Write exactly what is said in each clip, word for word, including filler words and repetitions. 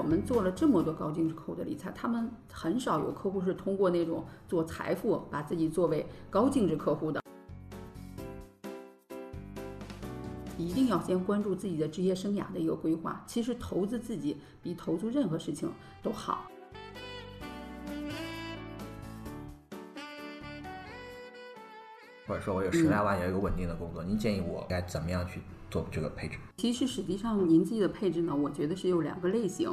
我们做了这么多高净值客户的理财，他们很少有客户是通过那种做财富把自己作为高净值客户的。一定要先关注自己的职业生涯的一个规划，其实投资自己比投资任何事情都好。 或者说我有十来万有一个稳定的工作、嗯、您建议我该怎么样去做这个配置？ 其实实际上您自己的配置呢，我觉得是有两个类型。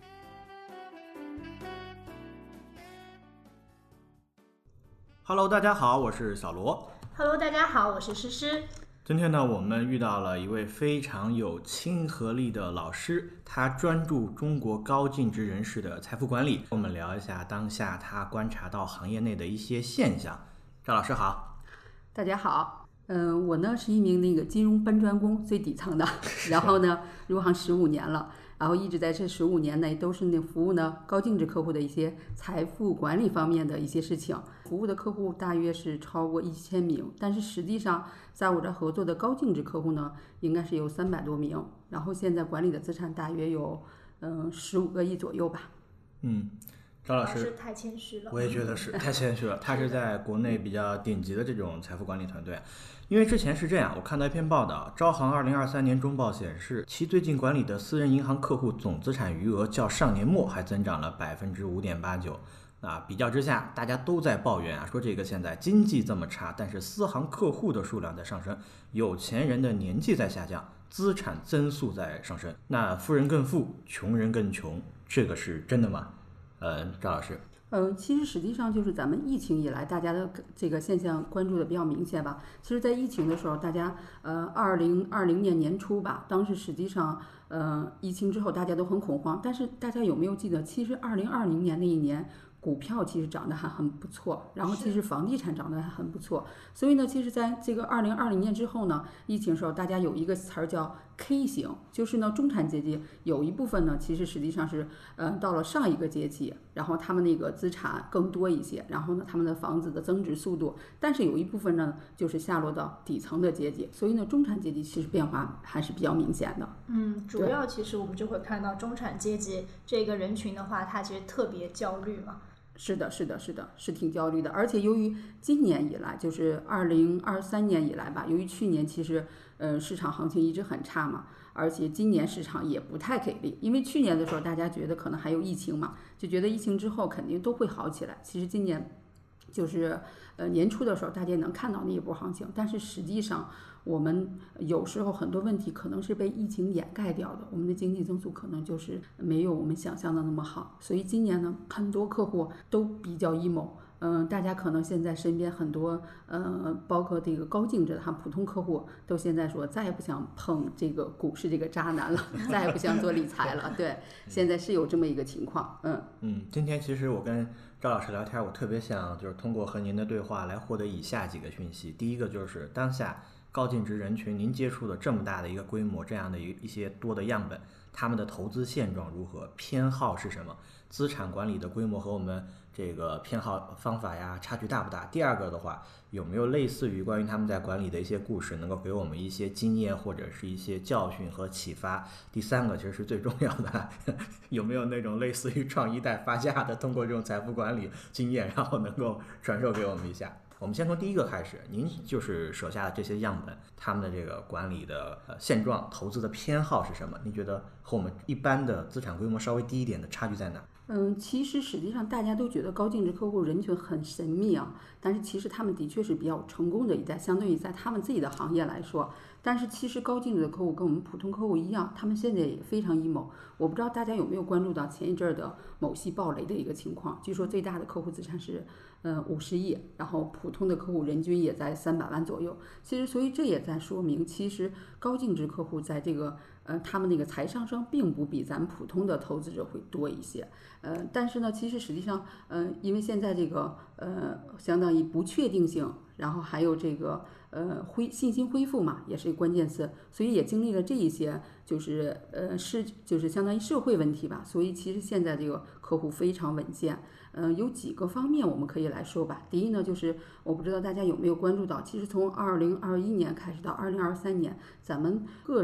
Hello， 大家好，我是小罗。 Hello， 大家好，我是诗诗。 今天呢，我们遇到了一位非常有亲和力的老师，他专注中国高净值人士的财富管理。我们聊一下当下他观察到行业内的一些现象。赵老师好。 大家好，嗯、呃，我呢是一名那个金融搬砖工，最底层的，然后呢入行十五年了，然后一直在这十五年内都是那服务呢高净值客户的一些财富管理方面的一些事情，服务的客户大约是超过一千名，但是实际上在我这合作的高净值客户呢，应该是有三百多名，然后现在管理的资产大约有嗯十五个亿左右吧。 嗯。赵老师太谦虚了， 我也觉得是太谦虚了。他是在国内比较顶级的这种财富管理团队，因为之前是这样，我看到一篇报道，招行二零二三年中报显示，其最近管理的私人银行客户总资产余额较上年末还增长了百分之五点八九。啊，比较之下，大家都在抱怨啊，说这个现在经济这么差，但是私行客户的数量在上升，有钱人的年纪在下降，资产增速在上升。那富人更富，穷人更穷，这个是真的吗？呃，赵老师， 嗯，其实实际上就是咱们疫情以来，大家的这个现象关注的比较明显吧。其实，在疫情的时候，大家呃，二零二零年年初吧，当时实际上呃，疫情之后大家都很恐慌。但是大家有没有记得，其实二零二零年那一年，股票其实涨得还很不错，然后其实房地产涨得还很不错。所以呢，其实在这个二零二零年之后呢，疫情的时候，大家有一个词儿叫 K 型，就是呢，中产阶级有一部分呢，其实实际上是呃到了上一个阶级，然后他们那个资产更多一些，然后呢，他们的房子的增值速度，但是有一部分呢，就是下落到底层的阶级，所以呢，中产阶级其实变化还是比较明显的。 嗯，主要其实我们就会看到中产阶级这个人群的话，他其实特别焦虑嘛。 是的，是的，是的，是挺焦虑的。而且由于今年以来，就是二零二三年以来吧，由于去年其实呃市场行情一直很差嘛，而且今年市场也不太给力。因为去年的时候大家觉得可能还有疫情嘛，就觉得疫情之后肯定都会好起来。其实今年就是呃年初的时候大家也能看到那一波行情，但是实际上我们有时候很多问题可能是被疫情掩盖掉的，我们的经济增速可能就是没有我们想象的那么好。所以今年呢，很多客户都比较 emo。嗯，大家可能现在身边很多，呃，包括这个高净值的哈普通客户，都现在说再也不想碰这个股市这个渣男了，再也不想做理财了。对，现在是有这么一个情况。嗯嗯，今天其实我跟赵老师聊天，我特别想就是通过和您的对话来获得以下几个讯息。第一个就是当下高净值人群，您接触的这么大的一个规模，这样的一一些多的样本，他们的投资现状如何，偏好是什么，资产管理的规模和我们这个偏好方法呀差距大不大？第二个的话，有没有类似于关于他们在管理的一些故事，能够给我们一些经验或者是一些教训和启发？第三个其实是最重要的，有没有那种类似于创一代发家的，通过这种财富管理经验，然后能够传授给我们一下？我们先从第一个开始，您就是手下的这些样本，他们的这个管理的呃现状、投资的偏好是什么？您觉得和我们一般的资产规模稍微低一点的差距在哪？ 嗯，其实实际上大家都觉得高净值客户人群很神秘啊，但是其实他们的确是比较成功的一代，相对于在他们自己的行业来说。但是其实高净值的客户跟我们普通客户一样，他们现在也非常 emo。我不知道大家有没有关注到前一阵的某系暴雷的一个情况，据说最大的客户资产是呃五十亿，然后普通的客户人均也在三百万左右。其实所以这也在说明，其实高净值客户在这个呃他们那个财商上并不比咱普通的投资者会多一些。呃，但是呢，其实实际上，呃，因为现在这个呃相当于不确定性，然后还有这个呃恢信心恢复嘛，也是关键词，所以也经历了这一些，就是呃是就是相当于社会问题吧。所以其实现在这个客户非常稳健。嗯、呃，有几个方面我们可以来说吧。第一呢，就是我不知道大家有没有关注到，其实从二零二一年开始到二零二三年，咱们个人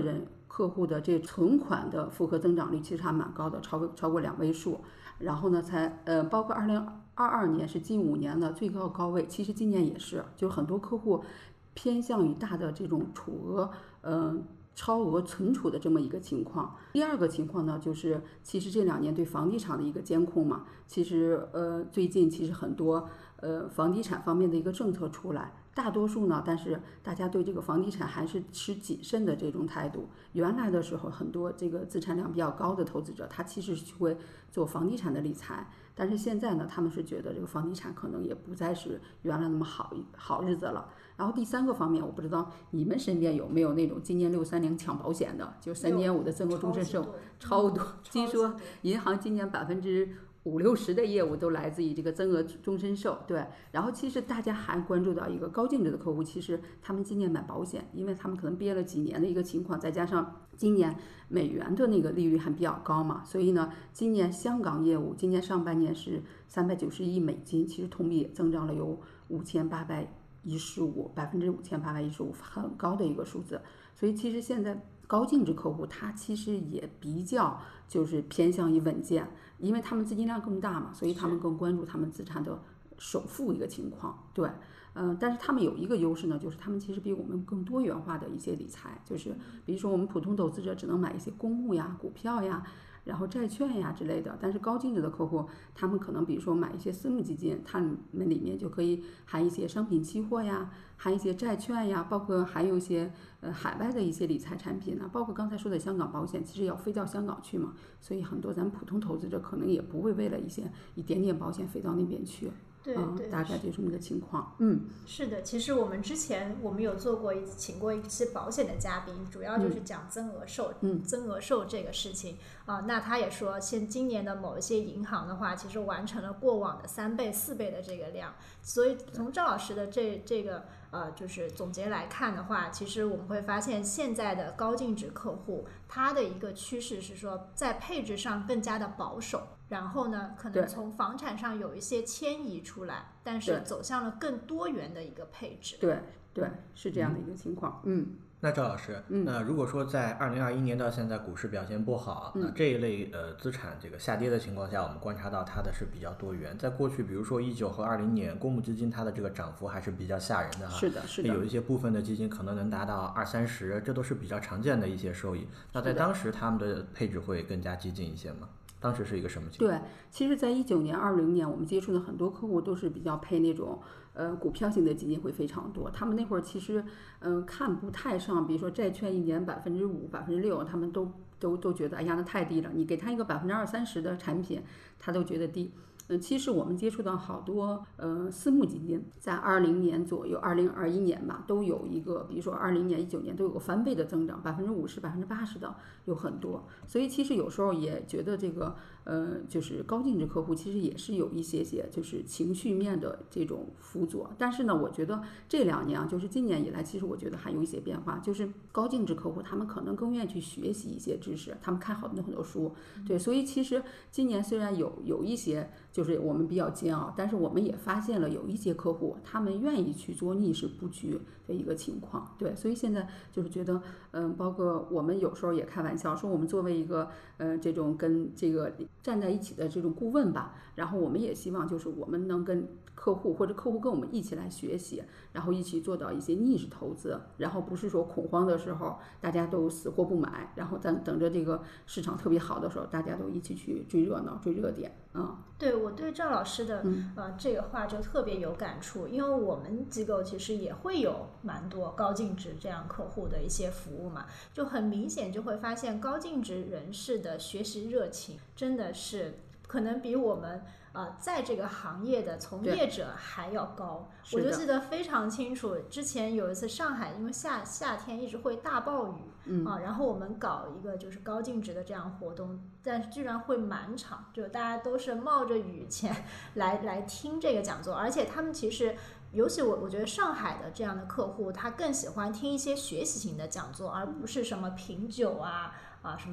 客户的这存款的复合增长率其实还蛮高的，超过超过两位数。然后呢，才呃，包括二零二二年是近五年的最高高位，其实今年也是，就很多客户偏向于大的这种储额，嗯、呃。超额存储的这么一个情况。第二个情况呢，就是其实这两年对房地产的一个监控嘛，其实呃最近其实很多呃房地产方面的一个政策出来，大多数呢，但是大家对这个房地产还是持谨慎的这种态度。原来的时候，很多这个资产量比较高的投资者，他其实是会做房地产的理财，但是现在呢，他们是觉得这个房地产可能也不再是原来那么好好日子了。然后第三个方面，我不知道你们身边有没有那种今年六三零抢保险的，就三点五的增额终身寿，超多。听说银行今年百分之五六十的业务都来自于这个增额终身寿，对。然后其实大家还关注到一个高净值的客户，其实他们今年买保险，因为他们可能憋了几年的一个情况，再加上今年美元的那个利率还比较高嘛，所以呢，今年香港业务今年上半年是三百九十亿美金，其实同比增长了有五千八百一十五百分之五千八百一十五，很高的一个数字。所以其实现在高净值客户他其实也比较就是偏向于稳健，因为他们资金量更大嘛，所以他们更关注他们资产的首付一个情况。对，嗯、呃，但是他们有一个优势呢，就是他们其实比我们更多元化的一些理财，就是比如说我们普通投资者只能买一些公募呀、股票呀。然后债券呀之类的，但是高净值的客户，他们可能比如说买一些私募基金，他们里面就可以含一些商品期货呀，含一些债券呀，包括还有一些呃海外的一些理财产品呢，包括刚才说的香港保险，其实要飞到香港去嘛，所以很多咱普通投资者可能也不会为了一些一点点保险飞到那边去。 对对， 嗯，大概就这么个情况。嗯， 是的，其实我们之前我们有做过一请过一期保险的嘉宾，主要就是讲增额寿， 嗯， 增额寿这个事情啊、呃。那他也说，现今年的某一些银行的话，其实完成了过往的三倍、四倍的这个量。所以从赵老师的这这个呃，就是总结来看的话，其实我们会发现现在的高净值客户，他的一个趋势是说，在配置上更加的保守。然后呢，可能从房产上有一些迁移出来，但是走向了更多元的一个配置。 对对，是这样的一个情况。嗯， 那赵老师， 嗯， 那如果说在二零二一年到现在股市表现不好， 嗯、 那这一类呃资产这个下跌的情况下，我们观察到它的是比较多元。在过去，比如说一九和二零年，公募基金它的这个涨幅还是比较吓人的哈。 是的，是的。 有一些部分的基金可能能达到二三十，这都是比较常见的一些收益。那在当时，他们的配置会更加激进一些吗？当时是一个什么情况？ 对，其实，在一九年、二零年，我们接触的很多客户都是比较配那种呃股票型的基金会非常多。他们那会儿其实嗯、呃、看不太上，比如说债券一年百分之五、百分之六，他们都都都觉得哎呀那太低了。你给他一个百分之二三十的产品，他都觉得低。嗯，其实我们接触到好多呃私募基金，在二零年左右，二零二一年吧，都有一个，比如说二零年、一九年都有个翻倍的增长，百分之五十、百分之八十的有很多。所以其实有时候也觉得这个呃，就是高净值客户其实也是有一些些就是情绪面的这种辅佐。但是呢，我觉得这两年啊，就是今年以来，其实我觉得还有一些变化，就是高净值客户他们可能更愿意去学习一些知识，他们看很多很多书，对，所以其实今年虽然有有一些。就是我们比较煎熬，但是我们也发现了有一些客户，他们愿意去做逆势布局的一个情况，对，所以现在就是觉得，嗯，包括我们有时候也开玩笑说，我们作为一个，呃，这种跟这个站在一起的这种顾问吧，然后我们也希望就是我们能跟客户或者客户跟我们一起来学习，然后一起做到一些逆势投资，然后不是说恐慌的时候大家都死活不买，然后等等着这个市场特别好的时候，大家都一起去追热闹、追热点，嗯。 对，我对赵老师的呃这个话就特别有感触，因为我们机构其实也会有蛮多高净值这样客户的一些服务嘛，就很明显就会发现高净值人士的学习热情真的是可能比我们呃在这个行业的从业者还要高。我就记得非常清楚，之前有一次上海因为夏夏天一直会大暴雨。 嗯啊，然后我们搞一个就是高净值的这样活动，但是居然会满场，就大家都是冒着雨前来来听这个讲座，而且他们其实，尤其我我觉得上海的这样的客户，他更喜欢听一些学习型的讲座，而不是什么品酒啊啊什么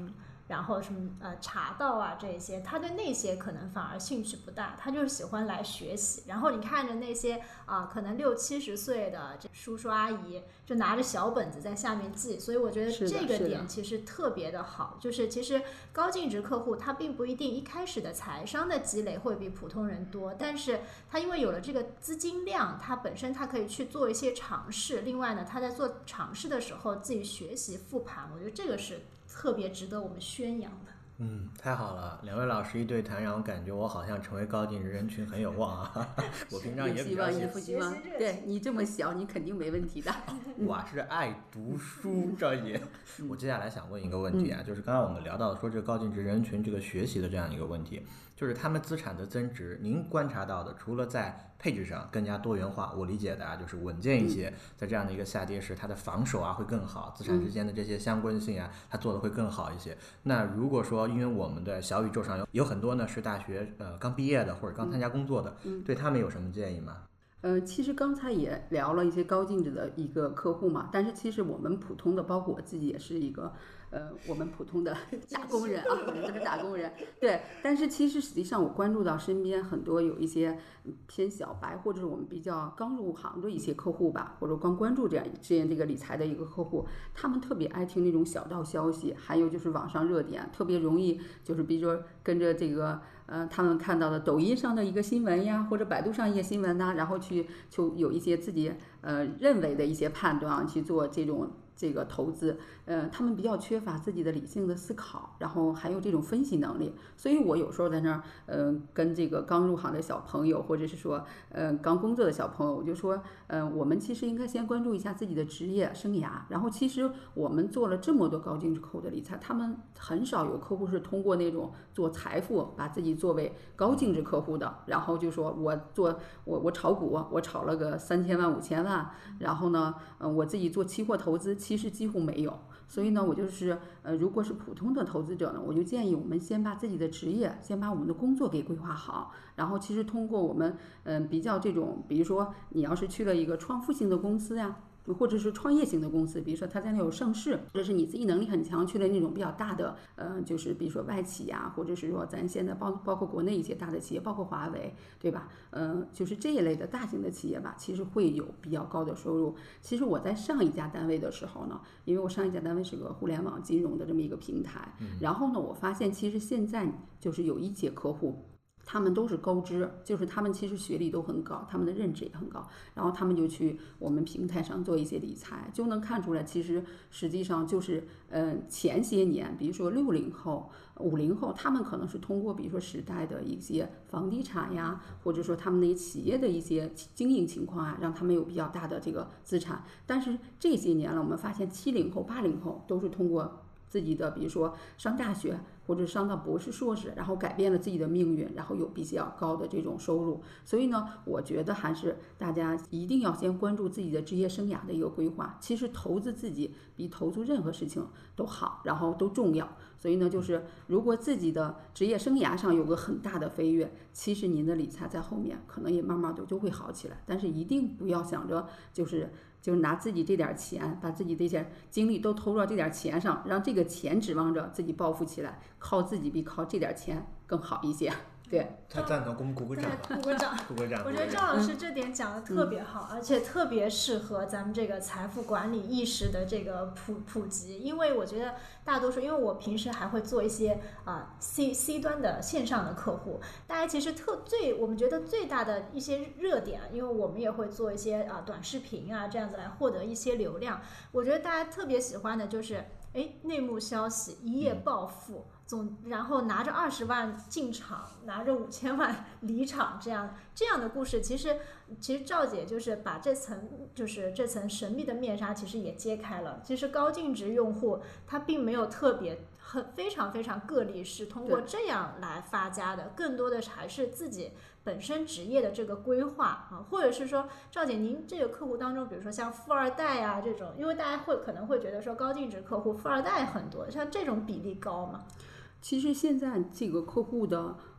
然后什么呃茶道啊这些，他对那些可能反而兴趣不大，他就是喜欢来学习。然后你看着那些啊、呃、可能六七十岁的这叔叔阿姨就拿着小本子在下面记，所以我觉得这个点其实特别的好，就是其实高净值客户他并不一定一开始的财商的积累会比普通人多，但是他因为有了这个资金量，他本身他可以去做一些尝试，另外呢他在做尝试的时候自己学习复盘，我觉得这个是特别值得我们宣扬的。 嗯，太好了，两位老师一对谈，让我感觉我好像成为高净值人群很有望啊！我平常也比较希望，希望，对你这么小，你肯定没问题的。 我是爱读书，赵姐。我接下来想问一个问题啊，就是刚刚我们聊到说这个高净值人群这个学习的这样一个问题，就是他们资产的增值，您观察到的，除了在配置上更加多元化，我理解的啊，就是稳健一些，在这样的一个下跌时，它的防守啊会更好，资产之间的这些相关性啊，它做的会更好一些。那如果说，因为我们的小宇宙上有有很多呢是大学呃刚毕业的或者刚参加工作的，对他们有什么建议吗？ 呃，其实刚才也聊了一些高净值的一个客户嘛，但是其实我们普通的，包括我自己也是一个，呃，我们普通的打工人啊，我们都是打工人，对。但是其实实际上我关注到身边很多有一些偏小白，或者是我们比较刚入行的一些客户吧，或者刚关注这样这样这个理财的一个客户，他们特别爱听那种小道消息，还有就是网上热点，特别容易就是比如说跟着这个。呃，他们看到的抖音上的一个新闻呀，或者百度上一些新闻呐，然后去就有一些自己呃认为的一些判断啊，去做这种这个投资。呃，他们比较缺乏自己的理性的思考，然后还有这种分析能力。所以我有时候在那儿，呃，跟这个刚入行的小朋友，或者是说，呃，刚工作的小朋友，我就说，呃，我们其实应该先关注一下自己的职业生涯。然后，其实我们做了这么多高净值客户的理财，他们很少有客户是通过那种做财富，把自己作为高净值客户的。然后就说我做我我炒股，我炒了个三千万五千万，然后呢，呃，我自己做期货投资，其实几乎没有。所以呢，我就是呃，如果是普通的投资者呢，我就建议我们先把自己的职业，先把我们的工作给规划好。然后，其实通过我们嗯、呃、比较这种，比如说你要是去了一个创富性的公司呀。或者是创业型的公司，比如说它在那有上市，或者是你自己能力很强，去了那种比较大的，呃，就是比如说外企呀，或者是说咱现在包包括国内一些大的企业，包括华为，对吧？呃，就是这一类的大型的企业吧，其实会有比较高的收入。其实我在上一家单位的时候呢，因为我上一家单位是个互联网金融的这么一个平台，然后呢，我发现其实现在就是有一些客户。他们都是高知，就是他们其实学历都很高，他们的认知也很高，然后他们就去我们平台上做一些理财，就能看出来，其实实际上就是，呃，前些年，比如说六零后、五零后，他们可能是通过比如说时代的一些房地产呀，或者说他们那些企业的一些经营情况啊，让他们有比较大的这个资产。但是这些年了，我们发现七零后、八零后都是通过自己的，比如说上大学。或者上到博士、硕士，然后改变了自己的命运，然后有比较高的这种收入。所以呢，我觉得还是大家一定要先关注自己的职业生涯的一个规划。其实投资自己比投资任何事情都好，然后都重要。所以呢，就是如果自己的职业生涯上有个很大的飞跃，其实您的理财在后面可能也慢慢的就会好起来。但是一定不要想着就是就是拿自己这点钱，把自己这些精力都投入到这点钱上，让这个钱指望着自己暴富起来，靠自己比靠这点钱更好一些。对， 太赞同，给我们鼓个掌吧， 鼓个掌， 鼓个掌。 我觉得赵老师这点讲的特别好，嗯、而且特别适合咱们这个财富管理意识的这个普普及。因为我觉得大多数，因为我平时还会做一些啊、呃、C C 端的线上的客户，大家其实特最我们觉得最大的一些热点，因为我们也会做一些啊、呃、短视频啊这样子来获得一些流量。我觉得大家特别喜欢的就是哎内幕消息，一夜暴富。总然后拿着二十万进场，拿着五千万离场，这样这样的故事，其实其实赵姐就是把这层就是这层神秘的面纱，其实也揭开了。其实高净值用户他并没有特别很非常非常个例，是通过这样来发家的，更多的还是自己本身职业的这个规划啊，或者是说赵姐您这个客户当中，比如说像富二代啊这种，因为大家会可能会觉得说高净值客户富二代很多，像这种比例高吗？ 其实现在这个客户的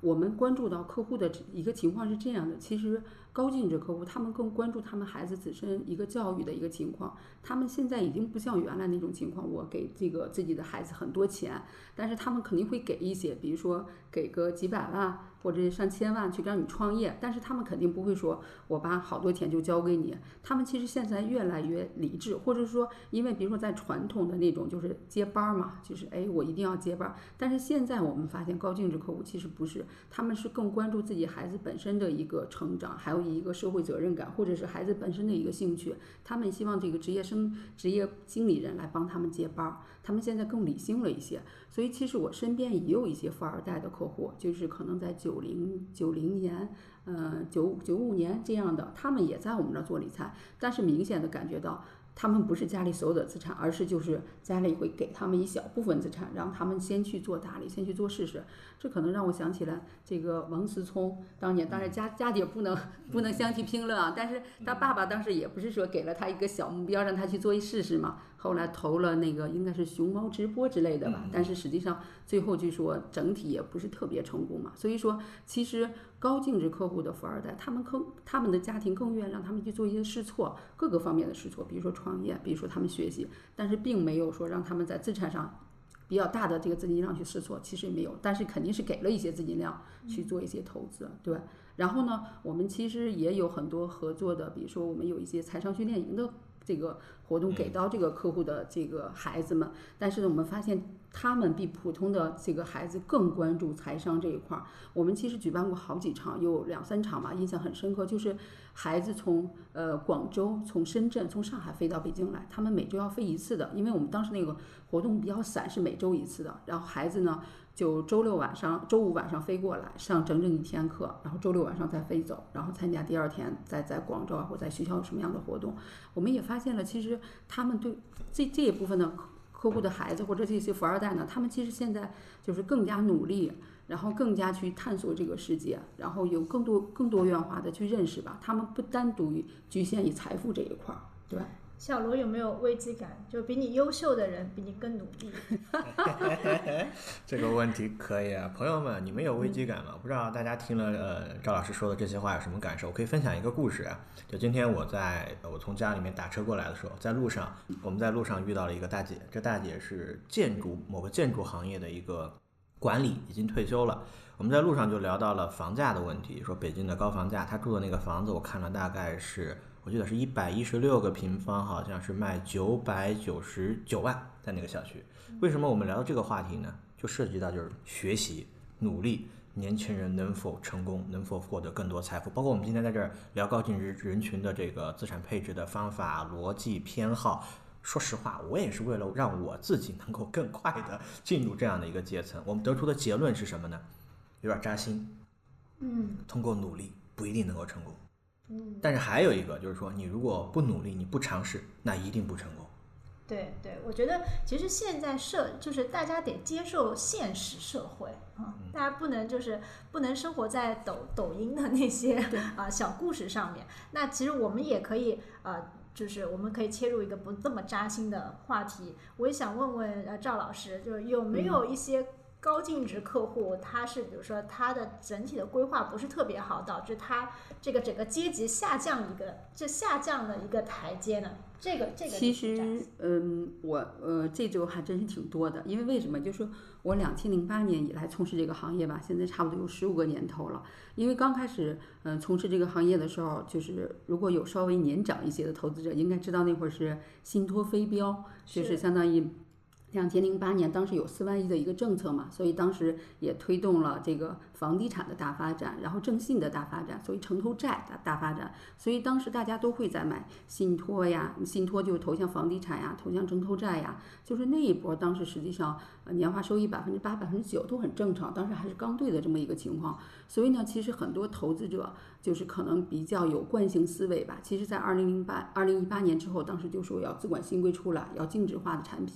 我们关注到客户的一个情况是这样的，其实高净值客户他们更关注他们孩子自身一个教育的一个情况，他们现在已经不像原来那种情况，我给这个自己的孩子很多钱，但是他们肯定会给一些，比如说给个几百万或者上千万去让你创业，但是他们肯定不会说我把好多钱就交给你，他们其实现在越来越理智，或者说因为比如说在传统的那种就是接班嘛，就是哎我一定要接班，但是现在我们发现高净值客户其实不是，他们是更关注自己孩子本身的一个成长，还有一个社会责任感，或者是孩子本身的一个兴趣，他们希望这个职业生职业经理人来帮他们接班，他们现在更理性了一些。所以其实我身边也有一些富二代的客户，就是可能在九零九零年呃九九五年这样的，他们也在我们这儿做理财，但是明显的感觉到他们不是家里所有的资产，而是就是家里会给他们一小部分资产，让他们先去做打理，先去做试试。这可能让我想起来这个王思聪当年，当然家家底不能不能相提并论啊，但是他爸爸当时也不是说给了他一个小目标让他去做一试试嘛，后来投了那个应该是熊猫直播之类的吧，但是实际上最后据说整体也不是特别成功嘛。所以说其实高净值客户的富二代，他们更他们的家庭更愿意让他们去做一些试错，各个方面的试错，比如说创业，比如说他们学习，但是并没有说让他们在资产上比较大的这个资金量去试错，其实也没有，但是肯定是给了一些资金量去做一些投资，对。然后呢，我们其实也有很多合作的，比如说我们有一些财商训练营的这个活动给到这个客户的这个孩子们，但是呢，我们发现他们比普通的这个孩子更关注财商这一块。我们其实举办过好几场，有两三场吧，印象很深刻，就是孩子从呃广州、从深圳、从上海飞到北京来，他们每周要飞一次的，因为我们当时那个活动比较散，是每周一次的。然后孩子呢，就周六晚上、周五晚上飞过来，上整整一天课，然后周六晚上再飞走，然后参加第二天在在广州啊或在学校有什么样的活动。我们也发现了，其实他们对这这一部分的客户的孩子或者这些富二代呢，他们其实现在就是更加努力，然后更加去探索这个世界，然后有更多更多元化的去认识吧。他们不单独于局限于财富这一块，对吧？ 小罗有没有危机感？就比你优秀的人比你更努力。 这个问题可以啊，朋友们，你们有危机感吗？不知道大家听了呃赵老师说的这些话有什么感受？我可以分享一个故事啊。就今天我在我从家里面打车过来的时候，在路上我们在路上遇到了一个大姐，这大姐是建筑某个建筑行业的一个管理，已经退休了。我们在路上就聊到了房价的问题，说北京的高房价，她住的那个房子我看了大概是。我记得是一百一十六个平方，好像是卖九百九十九万，在那个小区。为什么我们聊到这个话题呢？就涉及到就是学习、努力，年轻人能否成功，能否获得更多财富。包括我们今天在这儿聊高净值人群的这个资产配置的方法、逻辑、偏好。说实话，我也是为了让我自己能够更快的进入这样的一个阶层。我们得出的结论是什么呢？有点扎心。 嗯， 通过努力不一定能够成功。 嗯， 但是还有一个就是说，你如果不努力，你不尝试，那一定不成功。 对对，我觉得其实现在社就是大家得接受现实社会啊，嗯、大家不能就是不能生活在抖抖音的那些啊、呃、小故事上面。那其实我们也可以呃，就是我们可以切入一个不这么扎心的话题。我也想问问呃赵老师，就是有没有一些、嗯高净值客户，他是比如说他的整体的规划不是特别好，导致他这个整个阶级下降一个，这下降了一个台阶呢？这个这个其实，嗯，我呃这周还真是挺多的，因为为什么？就是我两千零八年以来从事这个行业吧，现在差不多有十五个年头了。因为刚开始嗯、呃、从事这个行业的时候，就是如果有稍微年长一些的投资者，应该知道那会儿是信托飞镖，就是相当于。两千零八年，当时有四万亿的一个政策嘛，所以当时也推动了这个房地产的大发展，然后征信的大发展，所以城投债的大发展，所以当时大家都会在买信托呀，信托就投向房地产呀，投向城投债呀，就是那一波，当时实际上年化收益百分之八、百分之九都很正常，当时还是刚兑的这么一个情况，所以呢，其实很多投资者就是可能比较有惯性思维吧。其实，在二零零八、二零一八年之后，当时就说要资管新规出来，要净值化的产品。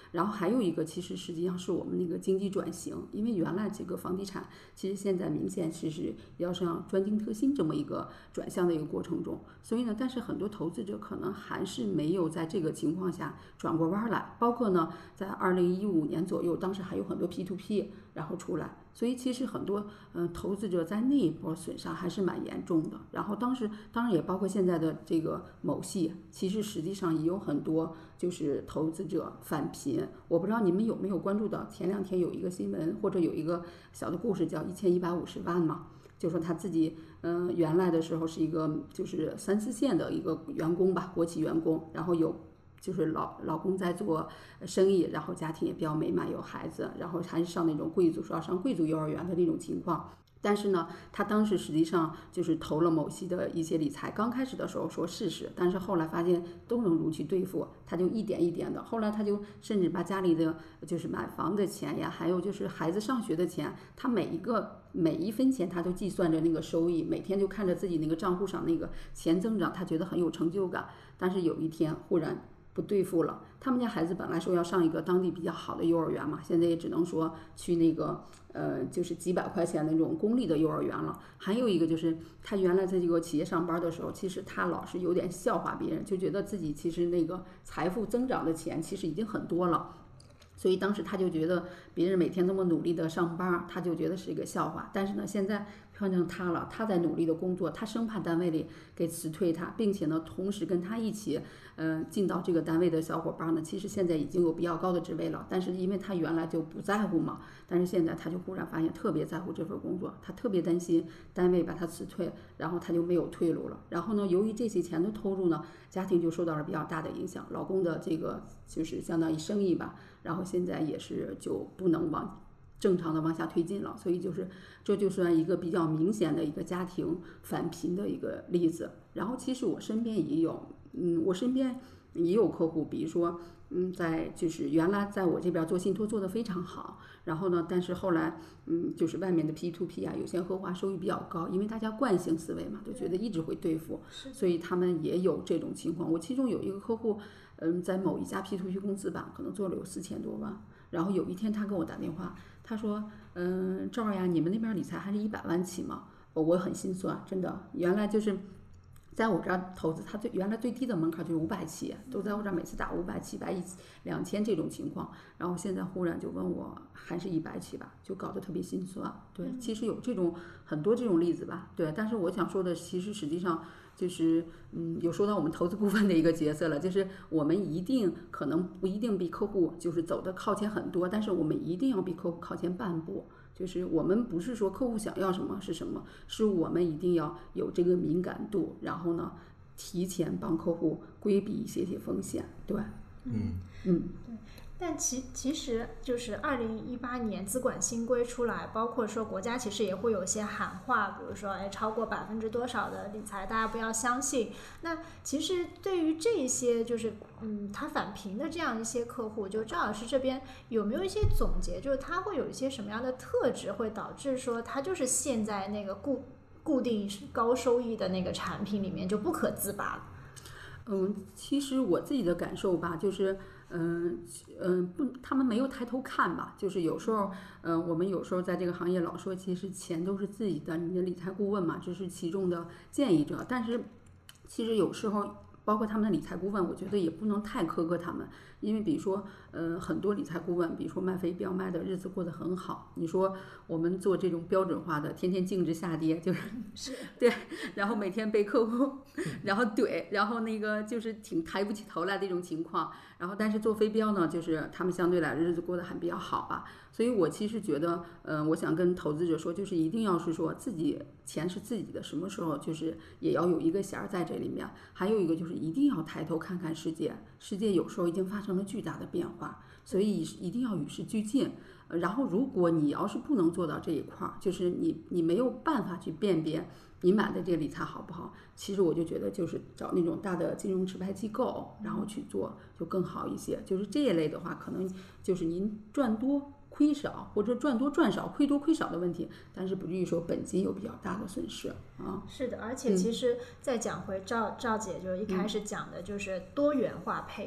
然后还有一个，其实实际上是我们那个经济转型，因为原来这个房地产其实现在明显其实要向专精特新这么一个转向的一个过程中，所以呢，但是很多投资者可能还是没有在这个情况下转过弯来，包括呢，在二零一五年左右，当时还有很多 P to P 然后出来，所以其实很多嗯、呃、投资者在那一波损伤还是蛮严重的。然后当时当然也包括现在的这个某系，其实实际上也有很多就是投资者返贫。我不知道你们有没有关注到，前两天有一个新闻或者有一个小的故事叫一千一百五十万嘛，就说他自己嗯、呃、原来的时候是一个就是三四线的一个员工吧，国企员工，然后有就是老老公在做生意，然后家庭也比较美满，有孩子，然后还是上那种贵族，说要上贵族幼儿园的那种情况。但是呢，他当时实际上就是投了某些的一些理财，刚开始的时候说试试，但是后来发现都能如期兑付，他就一点一点的，后来他就甚至把家里的就是买房的钱呀，还有就是孩子上学的钱，他每一个每一分钱他都计算着那个收益，每天就看着自己那个账户上那个钱增长，他觉得很有成就感。但是有一天忽然不对付了，他们家孩子本来说要上一个当地比较好的幼儿园嘛，现在也只能说去那个呃，就是几百块钱那种公立的幼儿园了。还有一个就是他原来在这个企业上班的时候，其实他老是有点笑话别人，就觉得自己其实那个财富增长的钱其实已经很多了。所以当时他就觉得别人每天这么努力的上班，他就觉得是一个笑话。但是呢，现在换成他了，他在努力的工作，他生怕单位里给辞退他，并且呢，同时跟他一起，嗯、呃，进到这个单位的小伙伴呢，其实现在已经有比较高的职位了。但是因为他原来就不在乎嘛，但是现在他就忽然发现特别在乎这份工作，他特别担心单位把他辞退，然后他就没有退路了。然后呢，由于这些钱的投入呢，家庭就受到了比较大的影响，老公的这个就是相当于生意吧。然后现在也是就不能往正常的往下推进了，所以就是这就算一个比较明显的一个家庭返贫的一个例子。然后其实我身边也有，嗯，我身边也有客户，比如说，嗯，在就是原来在我这边做信托做得非常好，然后呢，但是后来，嗯，就是外面的 P to P 啊，有些合伙收益比较高，因为大家惯性思维嘛，就觉得一直会兑付，所以他们也有这种情况。我其中有一个客户。嗯，在某一家 P to P 公司吧，可能做了有四千多万。然后有一天他跟我打电话，他说：“嗯，赵儿呀，你们那边理财还是一百万起吗？”我很心酸，真的。原来就是在我这儿投资，他最原来最低的门槛就是五百起，都在我这儿每次打五百、七百、一两千这种情况。然后现在忽然就问我还是一百起吧，就搞得特别心酸。对，其实有这种很多这种例子吧。对，但是我想说的，其实实际上。就是嗯，有说到我们投资顾问的一个角色了，就是我们一定可能不一定比客户就是走的靠前很多，但是我们一定要比客户靠前半步。就是我们不是说客户想要什么是什么，是我们一定要有这个敏感度，然后呢，提前帮客户规避一些些风险。对， 嗯嗯， 对。但其其实就是二零一八年资管新规出来，包括说国家其实也会有一些喊话，比如说哎超过百分之多少的理财大家不要相信。那其实对于这些就是嗯他返贫的这样一些客户，就赵老师这边有没有一些总结，就是他会有一些什么样的特质会导致说他就是陷在那个固固定高收益的那个产品里面就不可自拔了？ 嗯，其实我自己的感受吧，就是。嗯嗯，不，他们没有抬头看吧？就是有时候，嗯，我们有时候在这个行业老说，其实钱都是自己的，你的理财顾问嘛，这是其中的建议者。但是，其实有时候，包括他们的理财顾问，我觉得也不能太苛刻他们，因为比如说，呃，很多理财顾问，比如说卖飞镖卖的日子过得很好。你说我们做这种标准化的，天天净值下跌，就是是对，然后每天被客户，然后怼，然后那个就是挺抬不起头来的一种情况。然后，但是做飞镖呢，就是他们相对来日子过得还比较好吧。所以我其实觉得，嗯、呃，我想跟投资者说，就是一定要是说自己钱是自己的，什么时候就是也要有一个弦儿在这里面。还有一个就是一定要抬头看看世界，世界有时候已经发生了巨大的变化，所以一定要与时俱进。然后，如果你要是不能做到这一块儿，就是你你没有办法去辨别你买的这个理财好不好，其实我就觉得就是找那种大的金融持牌机构，然后去做就更好一些。就是这一类的话，可能就是您赚多亏少，或者赚多赚少、亏多亏少的问题，但是不至于说本金有比较大的损失啊。 是的，而且其实再讲回赵赵姐就是一开始讲的，就是多元化配置。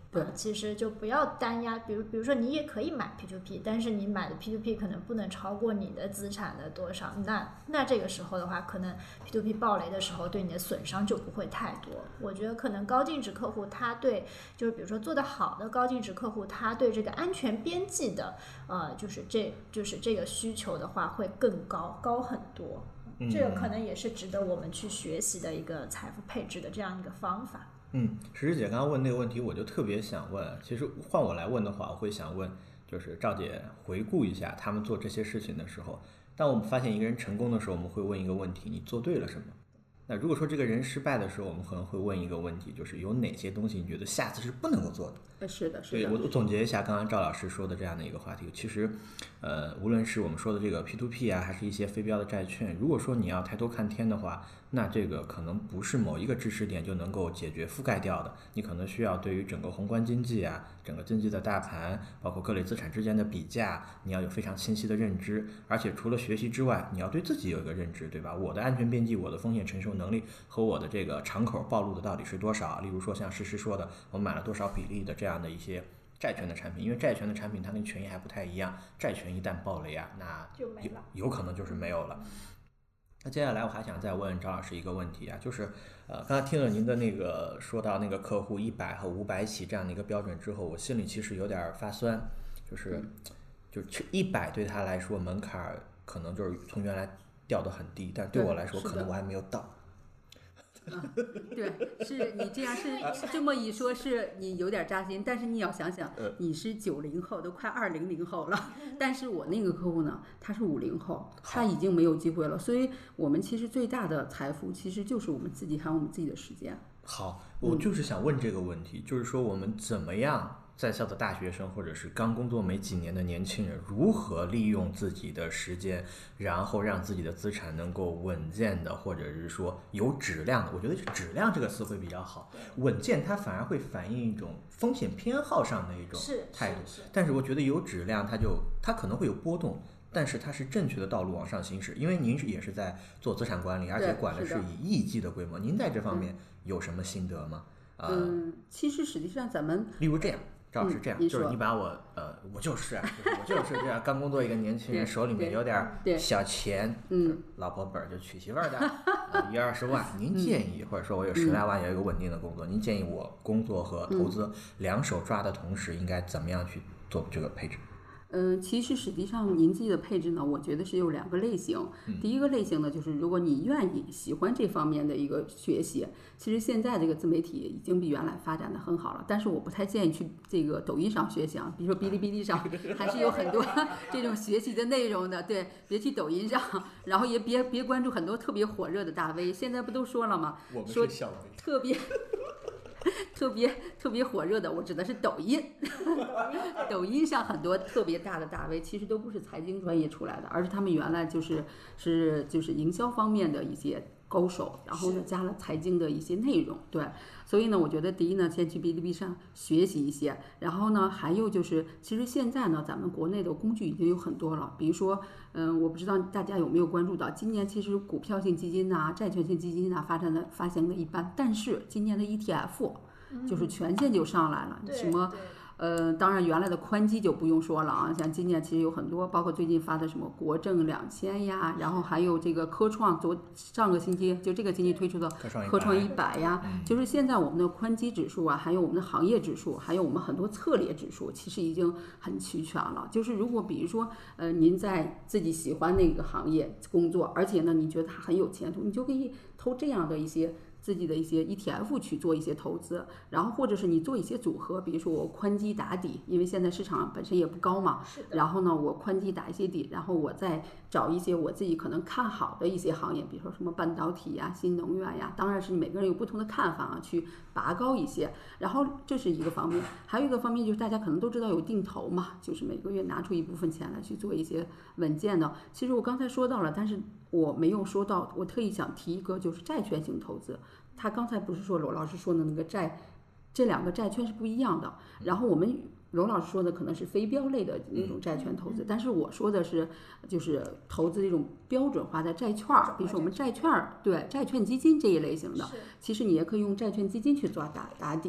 对、 呃，其实就不要单压，比如比如说你也可以买 P to P， 但是你买的 P to P 可能不能超过你的资产的多少，那那这个时候的话，可能 P to P 暴雷的时候对你的损伤就不会太多。我觉得可能高净值客户他对就是比如说做得好的高净值客户，他对这个安全边际的呃就是这就是这个需求的话会更高高很多。这个可能也是值得我们去学习的一个财富配置的这样一个方法。 嗯，石石姐刚刚问那个问题，我就特别想问，其实换我来问的话，我会想问，就是赵姐回顾一下他们做这些事情的时候，当我们发现一个人成功的时候，我们会问一个问题，你做对了什么？那如果说这个人失败的时候，我们可能会问一个问题，就是有哪些东西你觉得下次是不能够做的？ 是的，是的。 对，我我总结一下刚刚赵老师说的这样的一个话题，其实，呃，无论是我们说的这个 P to P 啊，还是一些非标的债券，如果说你要抬头看天的话，那这个可能不是某一个知识点就能够解决覆盖掉的，你可能需要对于整个宏观经济啊，整个经济的大盘，包括各类资产之间的比价，你要有非常清晰的认知，而且除了学习之外，你要对自己有一个认知，对吧？我的安全边际，我的风险承受能力和我的这个敞口暴露的到底是多少？例如说像诗诗说的，我买了多少比例的这样的一些债券的产品，因为债权的产品它跟权益还不太一样，债权一旦暴雷啊，那就没了， 有可能就是没有了。那接下来我还想再问赵老师一个问题啊，就是呃，刚才听了您的那个说到那个客户一百和五百起这样的一个标准之后，我心里其实有点发酸，就是就一百对他来说门槛可能就是从原来掉得很低，但对我来说可能我还没有到。 啊，对，是你这样是这么一说，是你有点扎心，但是你要想想，你是九零后，都快二零零后了，但是我那个客户呢，他是五零后，他已经没有机会了，所以我们其实最大的财富其实就是我们自己还有我们自己的时间。 好，我就是想问这个问题，嗯、就是说我们怎么样？在校的大学生或者是刚工作没几年的年轻人，如何利用自己的时间，然后让自己的资产能够稳健的，或者是说有质量的，我觉得质量这个词会比较好，稳健它反而会反映一种风险偏好上的一种态度，但是我觉得有质量它就它可能会有波动，但是它是正确的道路往上行驶，因为您也是在做资产管理，而且管的是以亿计的规模，您在这方面有什么心得吗？ 嗯，其实实际上咱们例如这样赵老师这样、 嗯、 就是你把我呃，我就是啊，就是我就是这样，刚工作一个年轻人，手里面有点小钱， 嗯， 老婆本就娶媳妇儿的，呃、一二十万，您建议、嗯、或者说我有十来万有一个稳定的工作，您建议我工作和投资两手抓的同时，应该怎么样去做这个配置？ 嗯，其实实际上您自己的配置呢，我觉得是有两个类型。第一个类型呢，就是如果你愿意喜欢这方面的一个学习，其实现在这个自媒体已经比原来发展的很好了。但是我不太建议去这个抖音上学习啊，比如说哔哩哔哩上还是有很多这种学习的内容的。对，别去抖音上，然后也别别关注很多特别火热的大 V。现在不都说了吗？ 我们说是小 V， 特别。特别特别火热的，我指的是抖音。抖音上很多特别大的大 V，其实都不是财经专业出来的，而是他们原来就是是就是营销方面的一些高手，然后呢加了财经的一些内容。对，所以呢，我觉得第一呢，先去哔哩哔哩上学习一些，然后呢，还有就是，其实现在呢，咱们国内的工具已经有很多了，比如说，嗯，我不知道大家有没有关注到，今年其实股票型基金呐、债券型基金呐发展的发行的一般，但是今年的 E T F。就是权限就上来了，什么，呃，当然原来的宽基就不用说了啊，像今年其实有很多，包括最近发的什么国证两千呀，然后还有这个科创，昨上个星期就这个星期推出的科创一百呀，就是现在我们的宽基指数啊，还有我们的行业指数，还有我们很多策略指数，其实已经很齐全了。就是如果比如说，呃，您在自己喜欢那个行业工作，而且呢，你觉得它很有前途，你就可以投这样的一些。自己的一些 E T F 去做一些投资，然后或者是你做一些组合，比如说我宽基打底，因为现在市场本身也不高嘛，然后呢我宽基打一些底，然后我再找一些我自己可能看好的一些行业，比如说什么半导体呀、新能源呀，当然是每个人有不同的看法啊，去拔高一些。然后这是一个方面，还有一个方面就是大家可能都知道有定投嘛，就是每个月拿出一部分钱来去做一些稳健的。其实我刚才说到了，但是我没有说到，我特意想提一个，就是债券型投资。他刚才不是说罗老师说的那个债，这两个债券是不一样的。然后我们罗老师说的可能是非标类的那种债券投资，但是我说的是就是投资这种标准化的债券，比如说我们债券对债券基金这一类型的，其实你也可以用债券基金去做打打底，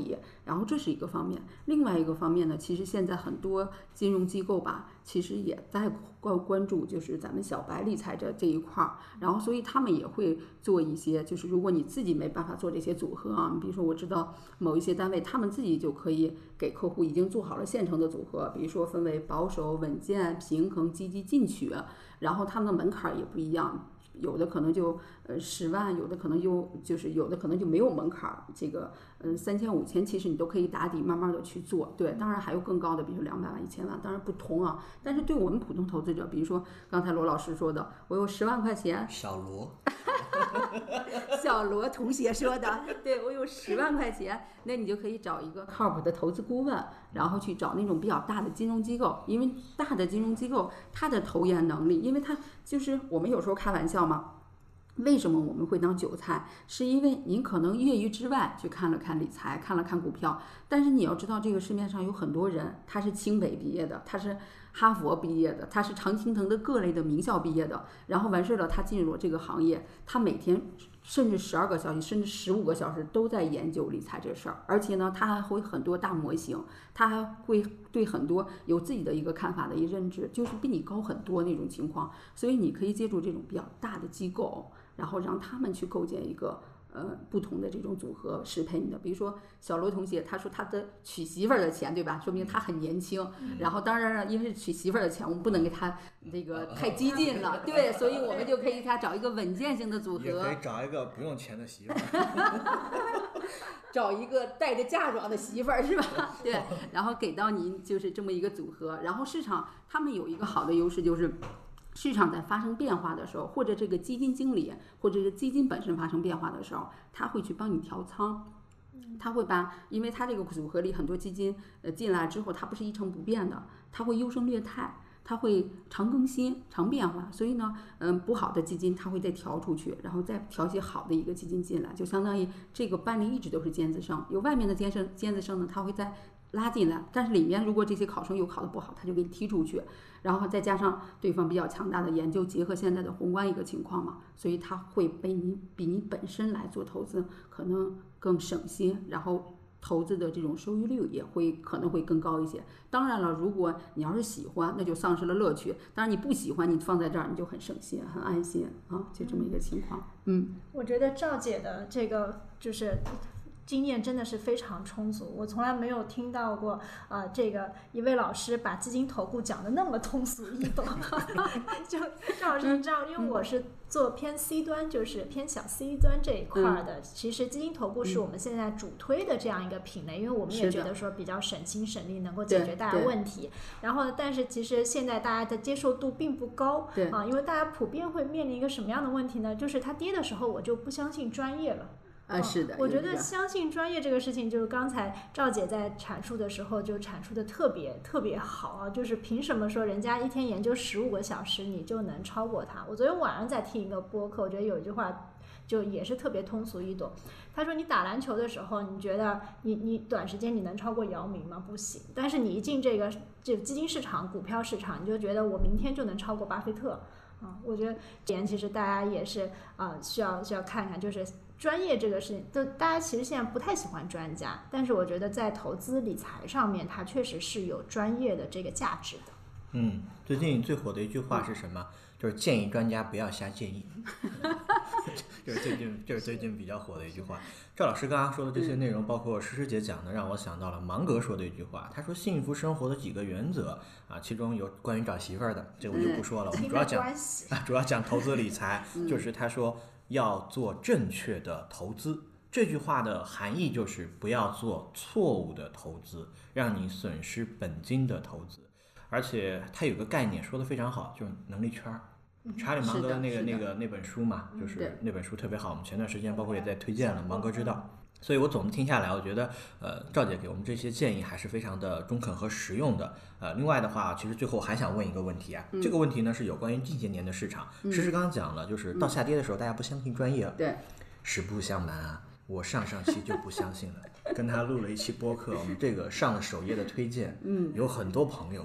然后这是一个方面。另外一个方面呢，其实现在很多金融机构吧，其实也在关关注就是咱们小白理财这这一块儿，然后所以他们也会做一些，就是如果你自己没办法做这些组合啊，比如说我知道某一些单位他们自己就可以给客户已经做好了现成的组合，比如说分为保守、稳健、平衡、积极进取，然后他们的门槛也不一样。有的可能就呃十万，有的可能就就是有的可能就没有门槛儿，这个嗯三千五千其实你都可以打底，慢慢的去做。对，当然还有更高的，比如说两百万、一千万，当然不同啊。但是对我们普通投资者，比如说刚才罗老师说的，我有十万块钱， 小罗， 小罗同学说的，对我有十万块钱，那你就可以找一个靠谱的投资顾问，然后去找那种比较大的金融机构，因为大的金融机构它的投研能力，因为它就是我们有时候开玩笑嘛。为什么我们会当韭菜？是因为您可能业余之外去看了看理财，看了看股票，但是你要知道，这个市面上有很多人，他是清北毕业的，他是哈佛毕业的，他是常青藤的各类的名校毕业的，然后完事了，他进入了这个行业，他每天甚至十二个小时，甚至十五个小时都在研究理财这事儿，而且呢，他还会很多大模型，他还会对很多有自己的一个看法的一个认知，就是比你高很多那种情况，所以你可以借助这种比较大的机构。然后让他们去构建一个呃不同的这种组合适配你的，比如说小罗同学他说他的娶媳妇儿的钱，对吧？说明他很年轻。然后当然了，因为是娶媳妇儿的钱，我们不能给他那个太激进了，对，所以我们就可以给他找一个稳健性的组合， 也可以找一个不用钱的媳妇儿， 找一个带着嫁妆的媳妇儿，是吧？对，然后给到您就是这么一个组合。然后市场他们有一个好的优势就是。市场在发生变化的时候，或者这个基金经理或者是基金本身发生变化的时候，他会去帮你调仓，他会把，因为他这个组合里很多基金呃进来之后，它不是一成不变的，它会优胜劣汰，它会常更新、常变化，所以呢，嗯，不好的基金它会再调出去，然后再调些好的一个基金进来，就相当于这个班里一直都是尖子生，有外面的尖生尖子生呢，他会再拉进来，但是里面如果这些考生有考的不好，他就给你踢出去，然后再加上对方比较强大的研究，结合现在的宏观一个情况嘛，所以他会被你比你本身来做投资可能更省心，然后投资的这种收益率也会可能会更高一些。当然了，如果你要是喜欢，那就丧失了乐趣；当然你不喜欢，你放在这儿你就很省心、很安心啊，就这么一个情况。嗯， 我觉得赵姐的这个就是经验真的是非常充足，我从来没有听到过啊、呃，这个一位老师把基金投顾讲的那么通俗易懂。就赵老师，你知道，因为我是做偏 C 端，就是偏小 C 端这一块的。嗯、其实基金投顾是我们现在主推的这样一个品类，因为我们也觉得说比较省心省力，能够解决大家问题。然后，但是其实现在大家的接受度并不高啊，因为大家普遍会面临一个什么样的问题呢？就是它跌的时候，我就不相信专业了。 啊，是的， 我觉得相信专业这个事情，就是刚才赵姐在阐述的时候就阐述的特别特别好啊，就是凭什么说人家一天研究十五个小时，你就能超过他？我昨天晚上在听一个播客，我觉得有一句话就也是特别通俗易懂。他说你打篮球的时候，你觉得你你短时间你能超过姚明吗？不行。但是你一进这个这个基金市场、股票市场，你就觉得我明天就能超过巴菲特啊。我觉得这点其实大家也是啊、呃，需要需要看看，就是专业这个事情，就大家其实现在不太喜欢专家，但是我觉得在投资理财上面，它确实是有专业的这个价值的。 嗯，最近最火的一句话是什么？就是建议专家不要瞎建议。这是最近这是最近比较火的一句话。赵老师刚刚说的这些内容，包括诗诗姐讲的，让我想到了芒格说的一句话。他说幸福生活的几个原则啊，其中有关于找媳妇儿的，这我就不说了。我们主要讲啊，主要讲投资理财，就是他说要做正确的投资。这句话的含义就是不要做错误的投资，让你损失本金的投资。而且他有个概念说得非常好，就是能力圈。查理芒格的那个那个那本书嘛，就是那本书特别好，我们前段时间包括也在推荐了《芒格之道》。所以我总的听下来，我觉得呃赵姐给我们这些建议还是非常的中肯和实用的。呃，另外的话，其实最后还想问一个问题啊，嗯、这个问题呢是有关于近些年的市场。诗诗刚刚讲了，就是到下跌的时候，大家不相信专业了。 对， 实不相瞒啊，我上上期就不相信了，跟他录了一期播客，我们这个上了首页的推荐，嗯，有很多朋友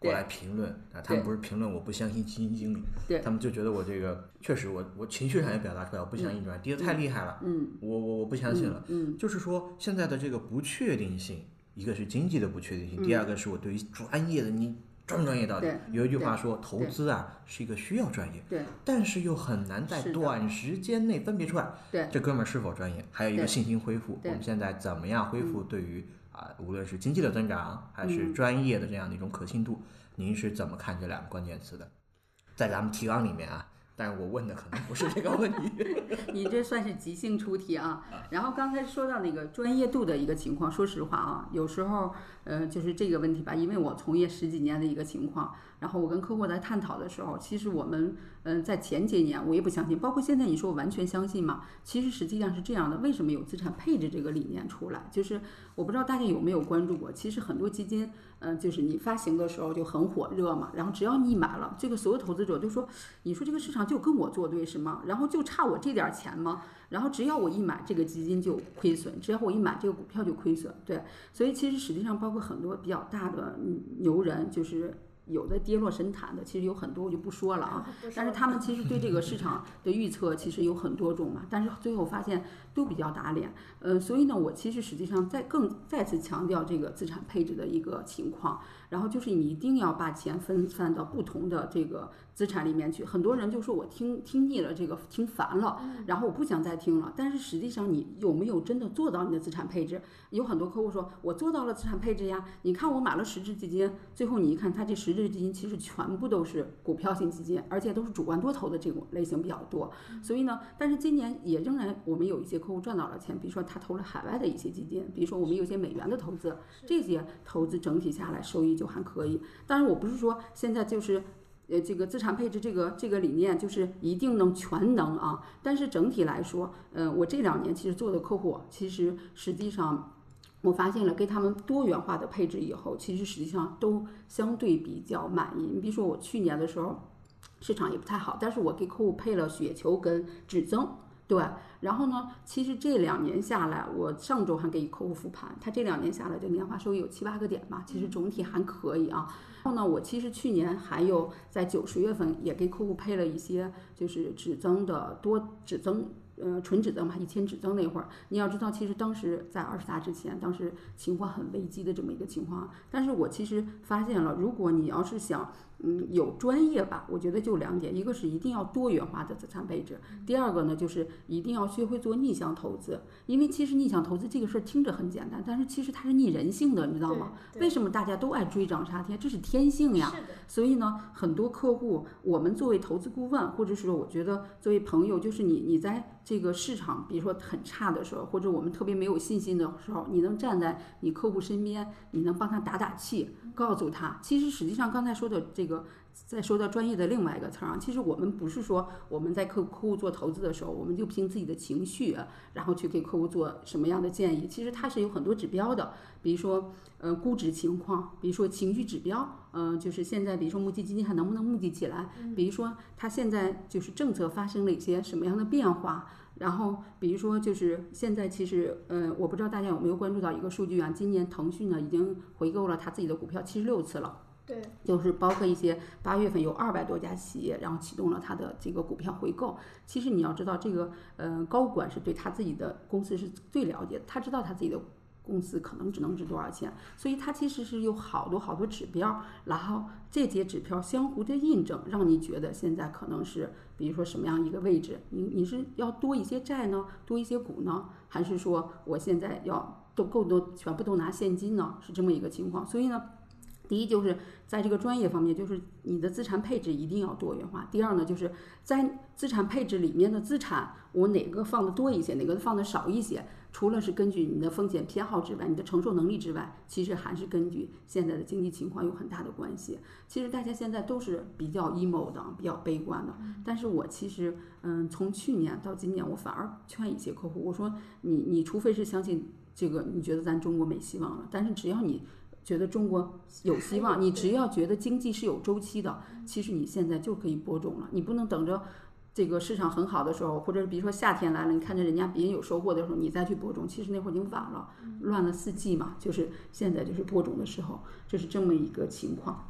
过来评论啊，他们不是评论我不相信基金经理， 对， 他们就觉得我这个确实我我情绪上也表达出来，我不相信专业，跌得太厉害了， 嗯， 我我我不相信了， 嗯， 就是说现在的这个不确定性，一个是经济的不确定性，第二个是我对于专业的你专不专业到底。有一句话说，投资啊是一个需要专业， 对， 但是又很难在短时间内分别出来， 对， 这哥们儿是否专业？还有一个信心恢复，我们现在怎么样恢复对于啊，无论是经济的增长还是专业的这样的一种可信度，您是怎么看这两个关键词的？在咱们提纲里面啊。但是我问的可能不是这个问题， 你这算是即兴出题啊。然后刚才说到那个专业度的一个情况，说实话啊，有时候呃就是这个问题吧，因为我从业十几年的一个情况，然后我跟客户在探讨的时候，其实我们嗯、呃、在前几年我也不相信，包括现在你说我完全相信嘛，其实实际上是这样的。为什么有资产配置这个理念出来？就是我不知道大家有没有关注过，其实很多基金嗯、呃、就是你发行的时候就很火热嘛，然后只要你买了，这个所有投资者就说，你说这个市场就跟我作对是吗？然后就差我这点钱吗？然后只要我一买这个基金就亏损，只要我一买这个股票就亏损，对。所以其实实际上包括很多比较大的牛人，就是有的跌落神坛的，其实有很多我就不说了啊。但是他们其实对这个市场的预测其实有很多种嘛，但是最后发现都比较打脸。呃，所以呢，我其实实际上再更再次强调这个资产配置的一个情况，然后就是你一定要把钱分散到不同的这个资产里面去。很多人就说我听听腻了，这个听烦了，然后我不想再听了。但是实际上你有没有真的做到你的资产配置？有很多客户说我做到了资产配置呀，你看我买了十只基金，最后你一看他这十只基金其实全部都是股票型基金，而且都是主观多头的这种类型比较多。所以呢，但是今年也仍然我们有一些客户赚到了钱，比如说他投了海外的一些基金，比如说我们有些美元的投资，这些投资整体下来收益就还可以。当然我不是说现在就是呃这个资产配置这个这个理念就是一定能全能啊，但是整体来说，呃我这两年其实做的客户，其实实际上我发现了，给他们多元化的配置以后，其实实际上都相对比较满意。你比如说我去年的时候市场也不太好，但是我给客户配了雪球跟指增，对。然后呢，其实这两年下来，我上周还给客户复盘，他这两年下来这年化收益有七八个点嘛，其实总体还可以啊。然后呢，我其实去年还有在九十月份也给客户配了一些就是指增的多指增。呃，纯指增嘛，一千指增那会儿，你要知道，其实当时在二十大之前，当时情况很危机的这么一个情况。但是我其实发现了，如果你要是想，嗯，有专业吧，我觉得就两点，一个是一定要多元化的资产配置，第二个呢，就是一定要学会做逆向投资。因为其实逆向投资这个事儿听着很简单，但是其实它是逆人性的，你知道吗？为什么大家都爱追涨杀跌？这是天性呀。所以呢，很多客户，我们作为投资顾问，或者是我觉得作为朋友，就是你你在这个市场，比如说很差的时候，或者我们特别没有信心的时候，你能站在你客户身边，你能帮他打打气，告诉他，其实实际上刚才说的这个，再说到专业的另外一个词儿啊，其实我们不是说我们在客客户做投资的时候，我们就凭自己的情绪，然后去给客户做什么样的建议，其实它是有很多指标的，比如说呃估值情况，比如说情绪指标，嗯、呃，就是现在比如说募集基金还能不能募集起来，比如说它现在就是政策发生了一些什么样的变化。然后，比如说，就是现在其实，呃，我不知道大家有没有关注到一个数据啊？今年腾讯呢已经回购了他自己的股票七十六次了。 对， 就是包括一些八月份有二百多家企业，然后启动了他的这个股票回购。其实你要知道，这个呃高管是对他自己的公司是最了解的，他知道他自己的公司可能只能值多少钱，所以它其实是有好多好多指标，然后这些指标相互的印证，让你觉得现在可能是比如说什么样一个位置，你你是要多一些债呢，多一些股呢，还是说我现在要都够多全部都拿现金呢？是这么一个情况。所以呢，第一就是在这个专业方面，就是你的资产配置一定要多元化。第二呢，就是在资产配置里面的资产，我哪个放的多一些，哪个放的少一些，除了是根据你的风险偏好之外，你的承受能力之外，其实还是根据现在的经济情况有很大的关系。其实大家现在都是比较 emo 的，比较悲观的，但是我其实嗯，从去年到今年，我反而劝一些客户，我说你你除非是相信这个，你觉得咱中国没希望了，但是只要你觉得中国有希望，你只要觉得经济是有周期的，其实你现在就可以播种了。你不能等着这个市场很好的时候，或者比如说夏天来了，你看着人家别人有收获的时候，你再去播种，其实那会儿已经晚了，乱了四季嘛，就是现在就是播种的时候，这是这么一个情况。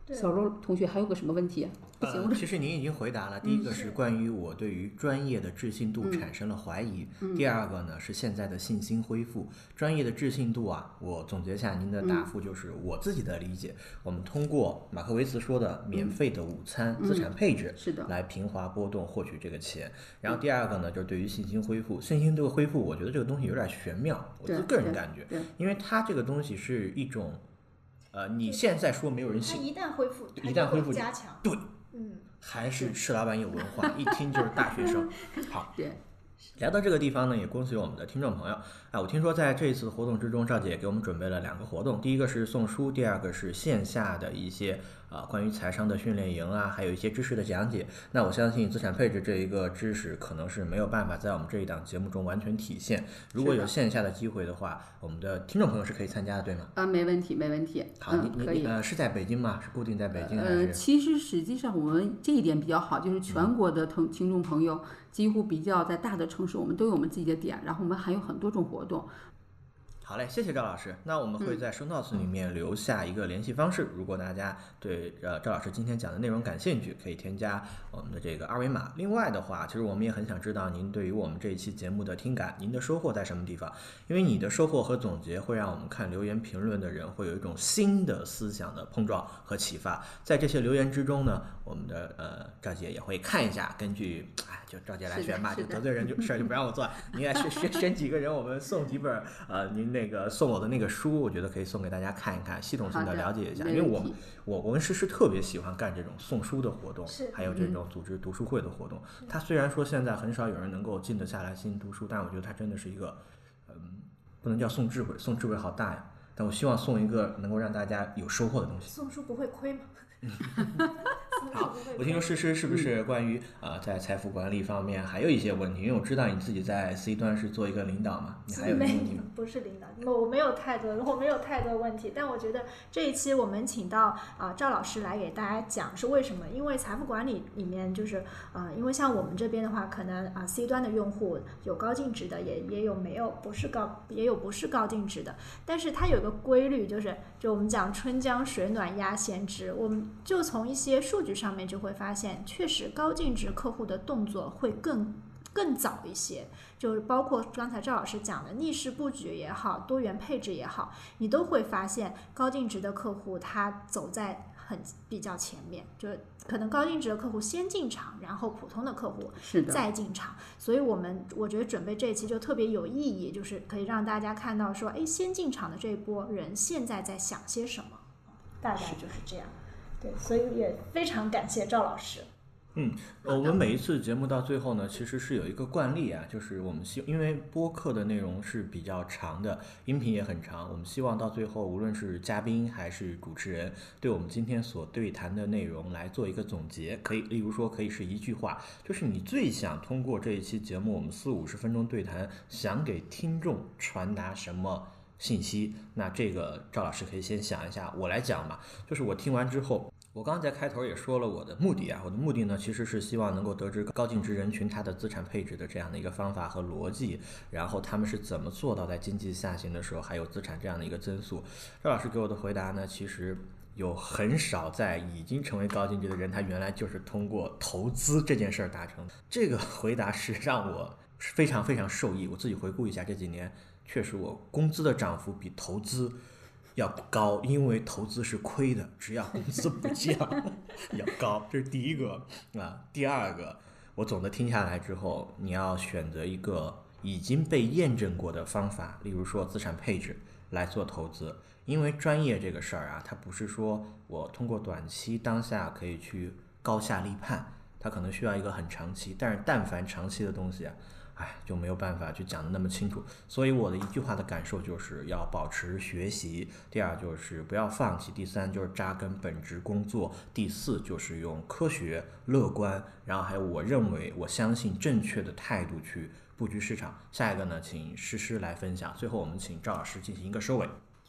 小周同学还有个什么问题？不行， 呃，其实您已经回答了。第一个是关于我对于专业的置信度产生了怀疑， 嗯、 第二个呢是现在的信心恢复。专业的置信度啊，我总结下您的答复就是我自己的理解，嗯、我们通过马克维茨说的免费的午餐、 嗯、 资产配置， 是的， 来平滑波动获取这个钱。然后第二个呢，就是对于信心恢复，信心这个恢复，我觉得这个东西有点玄妙，我自个人感觉，因为它这个东西是一种。呃，你现在说没有人信， 它一旦恢复， 一旦恢复加强， 对， 嗯， 还是施老板有文化，一听就是大学生。好， 对。 聊到这个地方呢，也恭喜我们的听众朋友。哎，我听说在这一次活动之中，赵姐也给我们准备了两个活动，第一个是送书，第二个是线下的一些啊、呃、关于财商的训练营啊，还有一些知识的讲解。那我相信资产配置这一个知识可能是没有办法在我们这一档节目中完全体现。如果有线下的机会的话，我们的听众朋友是可以参加的，对吗？ 啊，没问题，没问题。 好， 嗯、 你你呃是在北京吗？是固定在北京还是？ 呃，其实实际上我们这一点比较好，就是全国的听听众朋友几乎比较在大的城市，我们都有我们自己的点，然后我们还有很多种活动。 好嘞，谢谢赵老师。那我们会在 show notes 里面留下一个联系方式，嗯、如果大家对呃赵老师今天讲的内容感兴趣，可以添加我们的这个二维码。另外的话，其实我们也很想知道您对于我们这一期节目的听感，您的收获在什么地方？因为你的收获和总结会让我们看留言评论的人会有一种新的思想的碰撞和启发。在这些留言之中呢，我们的呃赵姐也会看一下，根据哎就赵姐来选吧，就得罪人就事儿就不让我做，您也选选选几个人，我们送几本呃您那个送我的那个书，我觉得可以送给大家看一看，系统性的了解一下。因为我我我跟诗诗特别喜欢干这种送书的活动，还有这种组织读书会的活动。它虽然说现在很少有人能够静得下来心读书，但我觉得它真的是一个，嗯，不能叫送智慧，送智慧好大呀。但我希望送一个能够让大家有收获的东西。 送书不会亏吗？ 好，我听说诗诗是不是关于啊、呃、在财富管理方面还有一些问题？因为我知道你自己在 C 端是做一个领导嘛，你还有什么问题吗？ 不是领导，我没有太多，我没有太多问题。但我觉得这一期我们请到啊、呃、赵老师来给大家讲是为什么？因为财富管理里面就是呃，因为像我们这边的话，可能啊、呃、C 端的用户有高净值的，也也有没有不是高，也有不是高净值的。但是它有个规律，就是就我们讲春江水暖鸭先知，我们就从一些数据上面就会发现，确实高净值客户的动作会更更早一些，就是包括刚才赵老师讲的逆势布局也好，多元配置也好，你都会发现高净值的客户他走在很比较前面，就可能高净值的客户先进场，然后普通的客户再进场。所以我们我觉得准备这一期就特别有意义，就是可以让大家看到说，哎，先进场的这一波人现在在想些什么，大概就是这样。对，所以也非常感谢赵老师。 嗯，我们每一次节目到最后呢，其实是有一个惯例啊，就是我们希因为播客的内容是比较长的，音频也很长，我们希望到最后，无论是嘉宾还是主持人，对我们今天所对谈的内容来做一个总结。可以，例如说，可以是一句话，就是你最想通过这一期节目，我们四五十分钟对谈，想给听众传达什么信息？那这个赵老师可以先想一下，我来讲嘛，就是我听完之后。我刚刚在开头也说了我的目的啊，我的目的呢其实是希望能够得知高净值人群他的资产配置的这样的一个方法和逻辑，然后他们是怎么做到在经济下行的时候还有资产这样的一个增速。赵老师给我的回答呢，其实有很少在已经成为高净值的人，他原来就是通过投资这件事儿达成的。这个回答是让我非常非常受益。我自己回顾一下这几年，确实我工资的涨幅比投资要高，因为投资是亏的，只要工资不降要高，这是第一个啊。第二个，我总的听下来之后，你要选择一个已经被验证过的方法，例如说资产配置来做投资。因为专业这个事儿啊，它不是说我通过短期当下可以去高下立判，它可能需要一个很长期，但是但凡长期的东西啊，哎，就没有办法去讲得那么清楚。所以我的一句话的感受就是要保持学习，第二就是不要放弃，第三就是扎根本职工作，第四就是用科学、乐观，然后还有我认为、我相信正确的态度去布局市场。下一个呢，请诗诗来分享。最后我们请赵老师进行一个收尾。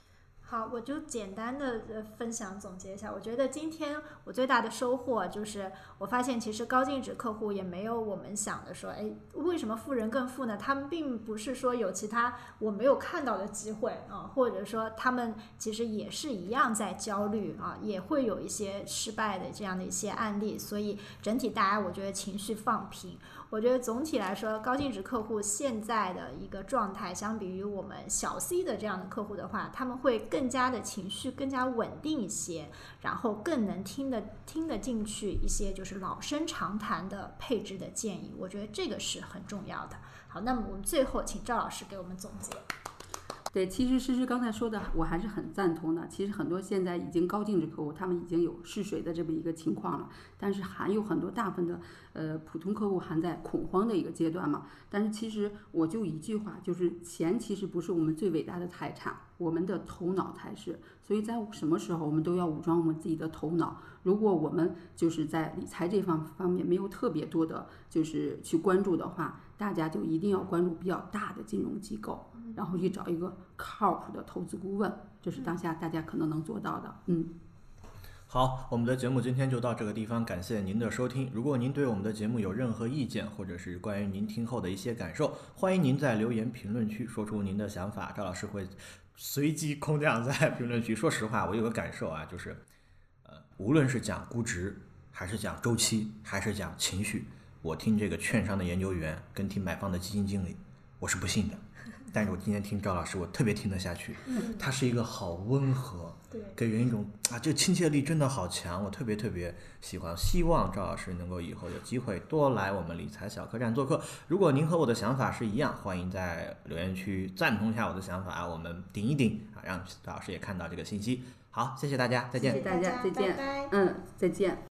好，我就简单的呃分享总结一下。我觉得今天我最大的收获就是，我发现其实高净值客户也没有我们想的说，哎，为什么富人更富呢？他们并不是说有其他我没有看到的机会啊，或者说他们其实也是一样在焦虑啊，也会有一些失败的这样的一些案例。所以整体大家我觉得情绪放平。我觉得总体来说，高净值客户现在的一个状态，相比于我们小 C 的这样的客户的话，他们会更加的情绪更加稳定一些，然后更能听得听得进去一些就是老生常谈的配置的建议。我觉得这个是很重要的。好，那么我们最后请赵老师给我们总结。 对，其实诗诗刚才说的我还是很赞同的。其实很多现在已经高净值客户，他们已经有试水的这么一个情况了，但是还有很多大部分的呃普通客户还在恐慌的一个阶段嘛。但是其实我就一句话，就是钱其实不是我们最伟大的财产，我们的头脑才是。所以在什么时候我们都要武装我们自己的头脑。如果我们就是在理财这方方面没有特别多的就是去关注的话，大家就一定要关注比较大的金融机构，然后去找一个靠谱的投资顾问，这是当下大家可能能做到的。嗯， 好，我们的节目今天就到这个地方，感谢您的收听。如果您对我们的节目有任何意见，或者是关于您听后的一些感受，欢迎您在留言评论区说出您的想法，赵老师会随机空降在评论区。说实话，我有个感受啊，就是呃，无论是讲估值，还是讲周期，还是讲情绪，我听这个券商的研究员跟听买方的基金经理，我是不信的。但是我今天听赵老师，我特别听得下去。他是一个好温和，给人一种啊，这个亲切力真的好强，我特别特别喜欢。希望赵老师能够以后有机会多来我们理财小客栈做客。如果您和我的想法是一样，欢迎在留言区赞同一下我的想法，我们顶一顶啊，让赵老师也看到这个信息。好，谢谢大家，再见。 谢谢大家，再见。 拜拜。 嗯，再见。